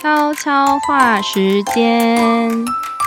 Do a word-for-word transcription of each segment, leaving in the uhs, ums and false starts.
悄悄话时间，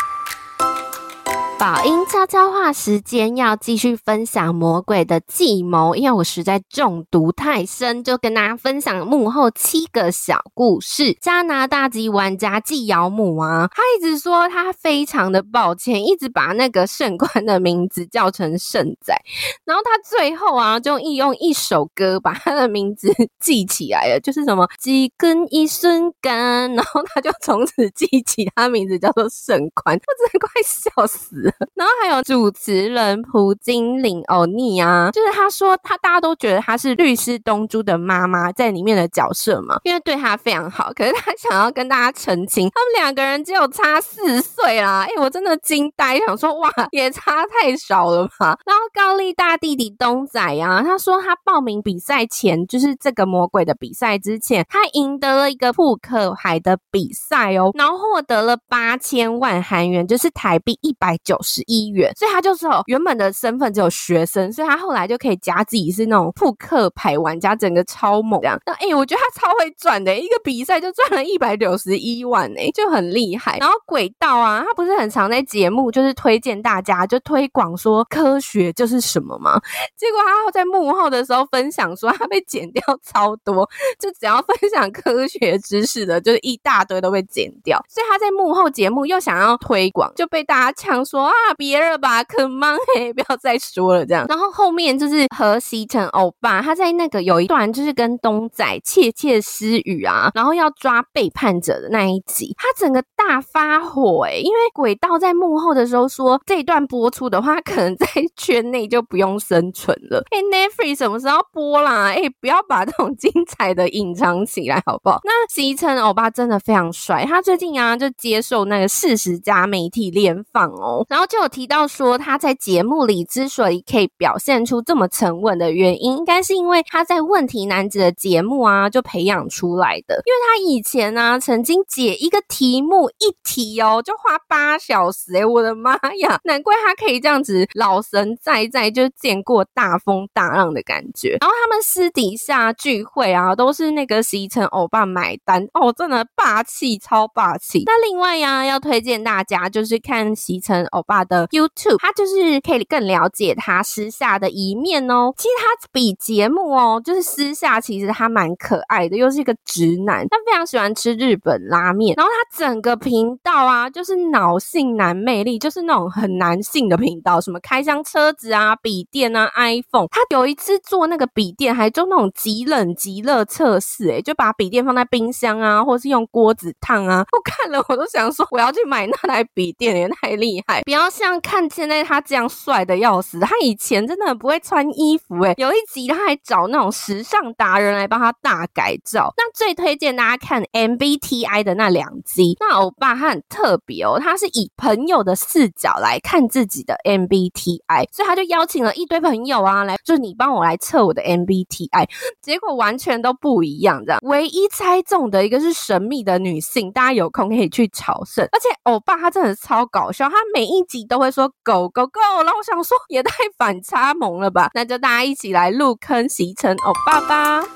宝音悄悄话时间要继续分享魔鬼的计谋，因为我实在中毒太深，就跟大家分享幕后七个小故事。加拿大籍玩家纪尧姆啊，他一直说他非常的抱歉，一直把那个圣官的名字叫成圣仔，然后他最后啊就用一首歌把他的名字记起来了，就是什么几根一瞬间，然后他就从此记起他名字叫做圣官，我真的快笑死了。然后还有主持人朴槿令欧尼啊，就是他说他大家都觉得他是律师东珠的妈妈在里面的角色嘛，因为对他非常好，可是他想要跟大家澄清他们两个人只有差四岁啦。诶我真的惊呆，想说哇也差太少了吧。然后高丽大弟弟东仔啊，他说他报名比赛前，就是这个魔鬼的比赛之前，他赢得了一个扑克牌的比赛哦，然后获得了八千万韩元，就是台币一百九十一元，所以他就是有原本的身份只有学生，所以他后来就可以加自己是那种扑克牌玩家，整个超猛这样。那诶我觉得他超会赚的，一个比赛就赚了一百九十一万诶，就很厉害。然后轨道啊，他不是很常在节目就是推荐大家就推广说科学就是什么吗？结果他在幕后的时候分享说他被剪掉超多，就只要分享科学知识的就是一大堆都被剪掉，所以他在幕后节目又想要推广，就被大家呛说啊别了吧 come on 嘿不要再说了这样。然后后面就是和西城欧巴他在那个有一段就是跟东仔窃窃私语啊，然后要抓背叛者的那一集，他整个大发火诶，因为轨道在幕后的时候说这一段播出的话可能在圈内就不用生存了。诶 Netflix 什么时候播啦？诶不要把这种精彩的隐藏起来好不好？那西城欧巴真的非常帅，他最近啊就接受那个四十家媒体联访哦，然后就有提到说他在节目里之所以可以表现出这么沉稳的原因，应该是因为他在问题男子的节目啊就培养出来的。因为他以前啊曾经解一个题目一题哦就花八小时诶，我的妈呀，难怪他可以这样子老神在在，就见过大风大浪的感觉。然后他们私底下聚会啊都是那个西城欧巴买单哦，真的霸气超霸气。那另外呀、啊、要推荐大家就是看西城欧巴的 YouTube， 他就是可以更了解他私下的一面哦。其实他比节目哦就是私下其实他蛮可爱的，又是一个直男，他非常喜欢吃日本拉面，然后他整个频道啊就是脑性男魅力，就是那种很男性的频道，什么开箱车子啊笔电啊 iPhone， 他有一次做那个笔电还做那种极冷极热测试诶，就把笔电放在冰箱啊或是用锅子烫啊，我看了我都想说我要去买那台笔电，也太厉害，不要像看现在他这样帅的要死，他以前真的很不会穿衣服诶，有一集他还找那种时尚达人来帮他大改造。那最推荐大家看 M B T I 的那两集，那欧巴他很特别哦，他是以朋友的视角来看自己的 M B T I， 所以他就邀请了一堆朋友啊来，就是你帮我来测我的 M B T I， 结果完全都不一样这样。唯一猜中的一个是神秘的女性，大家有空可以去朝圣。而且欧巴他真的超搞笑，他每一集都会说 go go go， 然后我想说也太反差萌了吧，那就大家一起来入坑西城欧巴吧。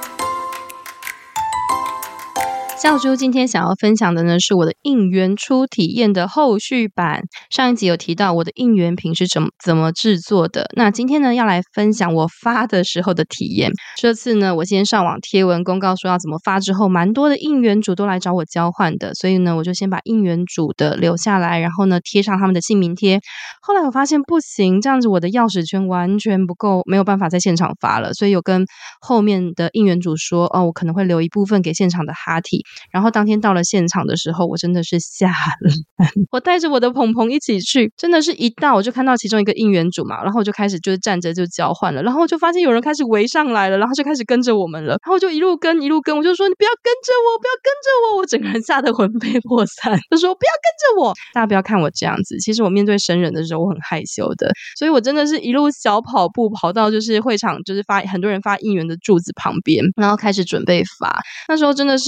笑猪今天想要分享的呢是我的应援初体验的后续版。上一集有提到我的应援品是怎么怎么制作的，那今天呢要来分享我发的时候的体验。这次呢我先上网贴文公告说要怎么发之后，蛮多的应援主都来找我交换的，所以呢我就先把应援主的留下来，然后呢贴上他们的姓名贴。后来我发现不行，这样子我的钥匙圈完全不够，没有办法在现场发了，所以有跟后面的应援主说哦，我可能会留一部分给现场的哈体。然后当天到了现场的时候，我真的是吓烂，我带着我的鹏鹏一起去，真的是一到我就看到其中一个应援主嘛，然后我就开始就是站着就交换了，然后就发现有人开始围上来了，然后就开始跟着我们了，然后就一路跟一路跟，我就说你不要跟着我，不要跟着我，我整个人吓得魂飞魄散，就说不要跟着我。大家不要看我这样子，其实我面对生人的时候我很害羞的，所以我真的是一路小跑步跑到就是会场，就是发很多人发应援的柱子旁边，然后开始准备发。那时候真的是非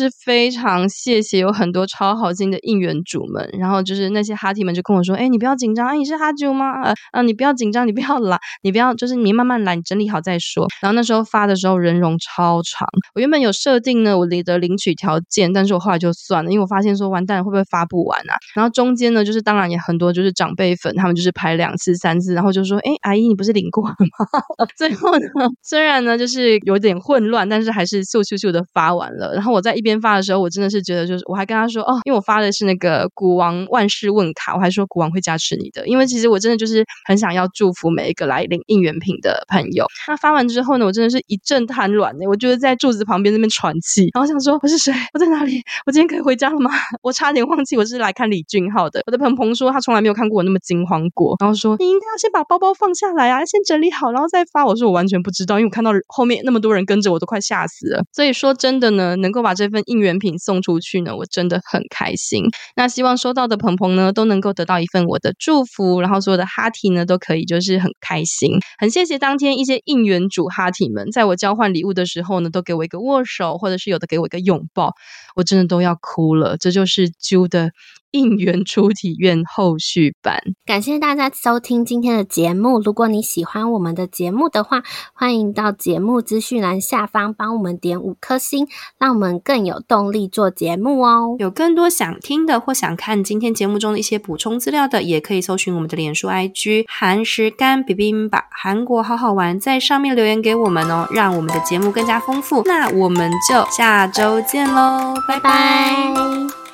非常谢谢有很多超好心的应援主们，然后就是那些哈提们就跟我说，哎，你不要紧张，哎，你是哈主吗？呃呃，你不要紧张，你不要来，你不要就是你慢慢来，你整理好再说。然后那时候发的时候人容超长，我原本有设定呢我的领取条件，但是我后来就算了，因为我发现说完蛋了会不会发不完啊？然后中间呢就是当然也很多就是长辈粉，他们就是排两次三次，然后就说，哎，阿姨你不是领过了吗？最后呢虽然呢就是有点混乱，但是还是咻咻咻的发完了。然后我在一边发的时候，我真的是觉得就是我还跟他说，哦，因为我发的是那个古王万事问卡，我还说古王会加持你的，因为其实我真的就是很想要祝福每一个来领应援品的朋友。那发完之后呢，我真的是一阵瘫软呢，我觉得在柱子旁边那边喘气，然后想说我是谁，我在哪里，我今天可以回家了吗？我差点忘记我是来看李俊浩的。我的鹏鹏说他从来没有看过我那么惊慌过，然后说你应该要先把包包放下来啊，先整理好然后再发。我说我完全不知道，因为我看到后面那么多人跟着我都快吓死了。所以说真的呢，能够把这份应援品送出去呢，我真的很开心。那希望收到的鹏鹏呢都能够得到一份我的祝福，然后所有的哈提呢都可以就是很开心。很谢谢当天一些应援主哈提们，在我交换礼物的时候呢都给我一个握手，或者是有的给我一个拥抱，我真的都要哭了。这就是啾的应援出体验后续版。 感谢大家收听今天的节目，如果你喜欢我们的节目的话，欢迎到节目资讯栏下方帮我们点五颗星，让我们更有动力做节目哦。 有更多想听的或想看今天节目中的一些补充资料的，也可以搜寻我们的脸书 I G 韩食干比冰吧，韩国好好玩，在上面留言给我们哦，让我们的节目更加丰富。那我们就下周见咯，拜拜。